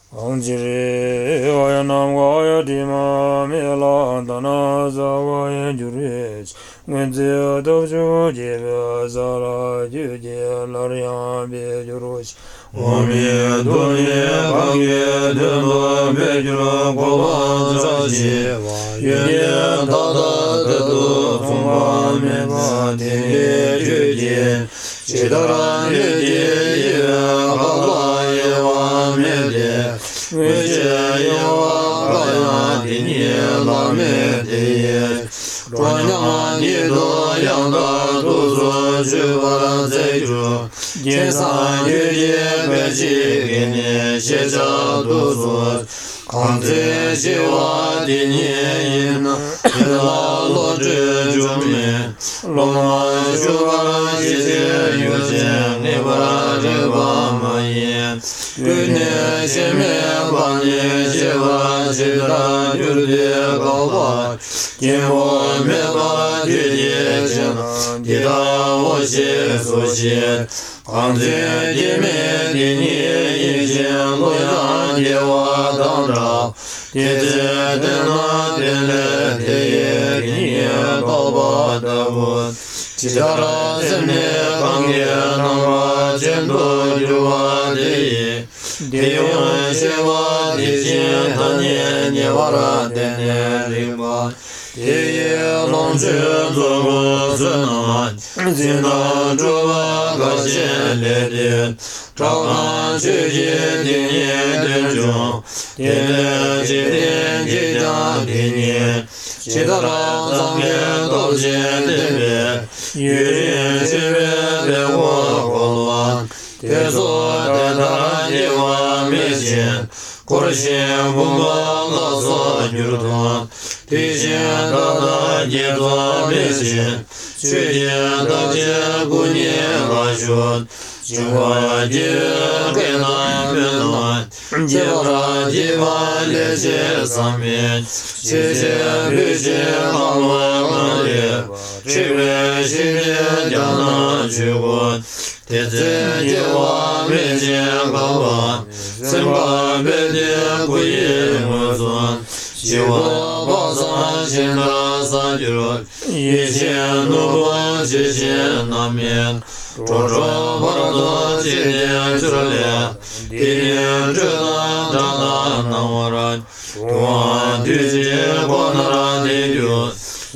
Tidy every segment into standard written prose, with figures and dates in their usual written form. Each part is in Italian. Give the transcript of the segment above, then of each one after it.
Anjiri Vaya Namgaya Dima Mela Dana Zavaya Jurich Wenzi Dovju Jiva Zara Juje Larya Bejuruch Omi Duni Bhagye Dino Bejuru Kola Zaji Yudye Dada Dedu Fumba Meba Dini Juje Chidara Yudye Kala Yewa Mede Vijayawa Dini Lamede Rwanyama Nido Yanda Duzo Jivara Zeju Jinsan Yudye Beji Gini Sheja Duzo Kanze Shiva Dini Yina Yila Loje Jumi Loma Shuvara Yite Yuje Nibara Jiva Mayin Yune Shime Bani Shiva Shidra Yurde Kava Jimbo Meba Yudye Jina Dida Woshi Sushi Kanze Dime Dini Yishin Loya Yewa Dandra Dide Dena Dile Deye Dini Kava Davud Chidara Zimne Kange Nama Jendo Yuwa Deye Deyon Shiva Dijin Tanye Nyevara Dene Riva Deye Longche Zogo Zena Zina Zhuva Gashe Lede Chakna Shiji Dine Denjong Dine Jidin Jidang Dine Chidara Zangye Dolje Debe Yurin Shive Bewa Kolwan Tezo Deda Yewa Meshin Korshin Bumba Lazo Nyurdan Tishin Dada Yewa Meshin Shudin Dada Gunye Lashun Jiva Jiva Kena Belan Jiva Jiva Leshe Samin Shishe Bishe Kalwa Mali Shive Shive Jana Jiva Teze Jiva Meshe Kalwa Simba Bede Kuye Muzun Jiva Basan Shindra Sanjiro Yishe Nuba Shishe Namin Jojo Barado Chidya Churale Dini Chida Jana Namaran Tuan Tuji Kwanara Nidyu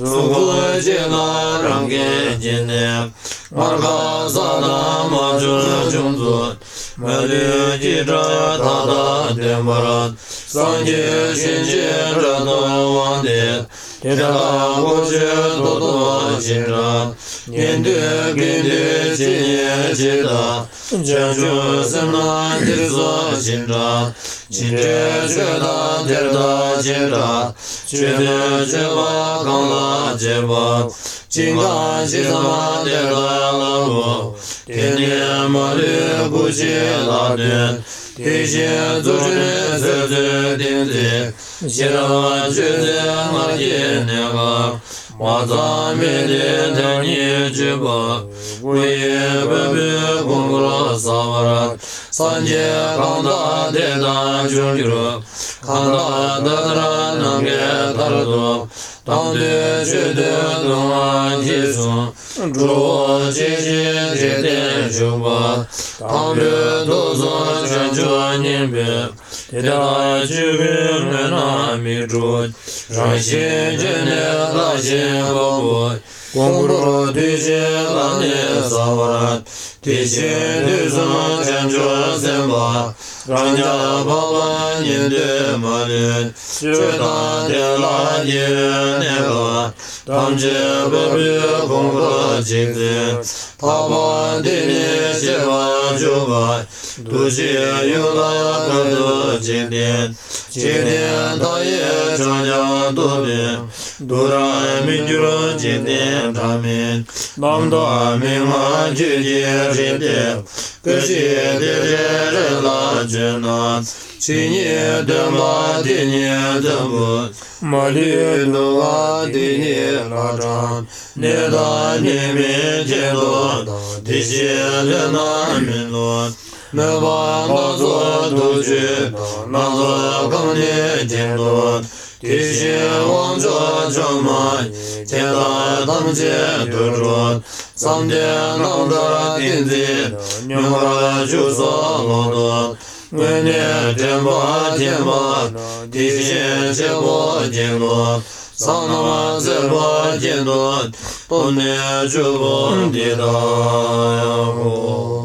Sukhu China Rangi Jine Marga Sada Maju Chungzu Mali Jitra Tada Dembarat Sanji Shinji Jada Wande Teta Goche Dodo Jitra Nindu Gindi Chinye Jita Janju Semna Dirzo Jitra Jinde Cheda Derda Jitra Chede Jeba Kangla Jeba Jinga Jitama Derda Lago Tene Mali Guji Laden Tishin Zujine Zerde Dinde Jira Jede Marye Nega Maza Mede Dani Jiba Uye Bebe Gungura Savarat Sanje Kanda Deda Jungiru Kanda Dadra Nange Taradu Tande Jede Dunga Jisu Zhuo Jiji Jede Juba Tambe Dozo Chanchu Nimbe Teta Jubi Mena Midru Ranshi Jene Lashi Babu Gonguru Tuji Lani Savarat Tishi Tuzu Chanchu Semba Ranja Baba Ninde Malin Cheta Tela Nega Tamje Babi Gonguru Jikzi Taba Dini Shiva Juba Tuji Yula Kadu Jikdin Jikdin Taye Chanya Dubin Dura Minjuru Jikdin Tamin Lamda Mingma Juji Jikdin Kashi Diri La Jina Chinye Dema Dini Debu Mali Dua Dini Lajan Neda Nimi Jido Tishi Lena Minot 没把那座都去，那座更年天多。地心王者正满，天大当街对准，三天能得定地，牛儿就算老多。为年天把天把，地心结果天多。桑那玛在把天多，不念就不地大呀。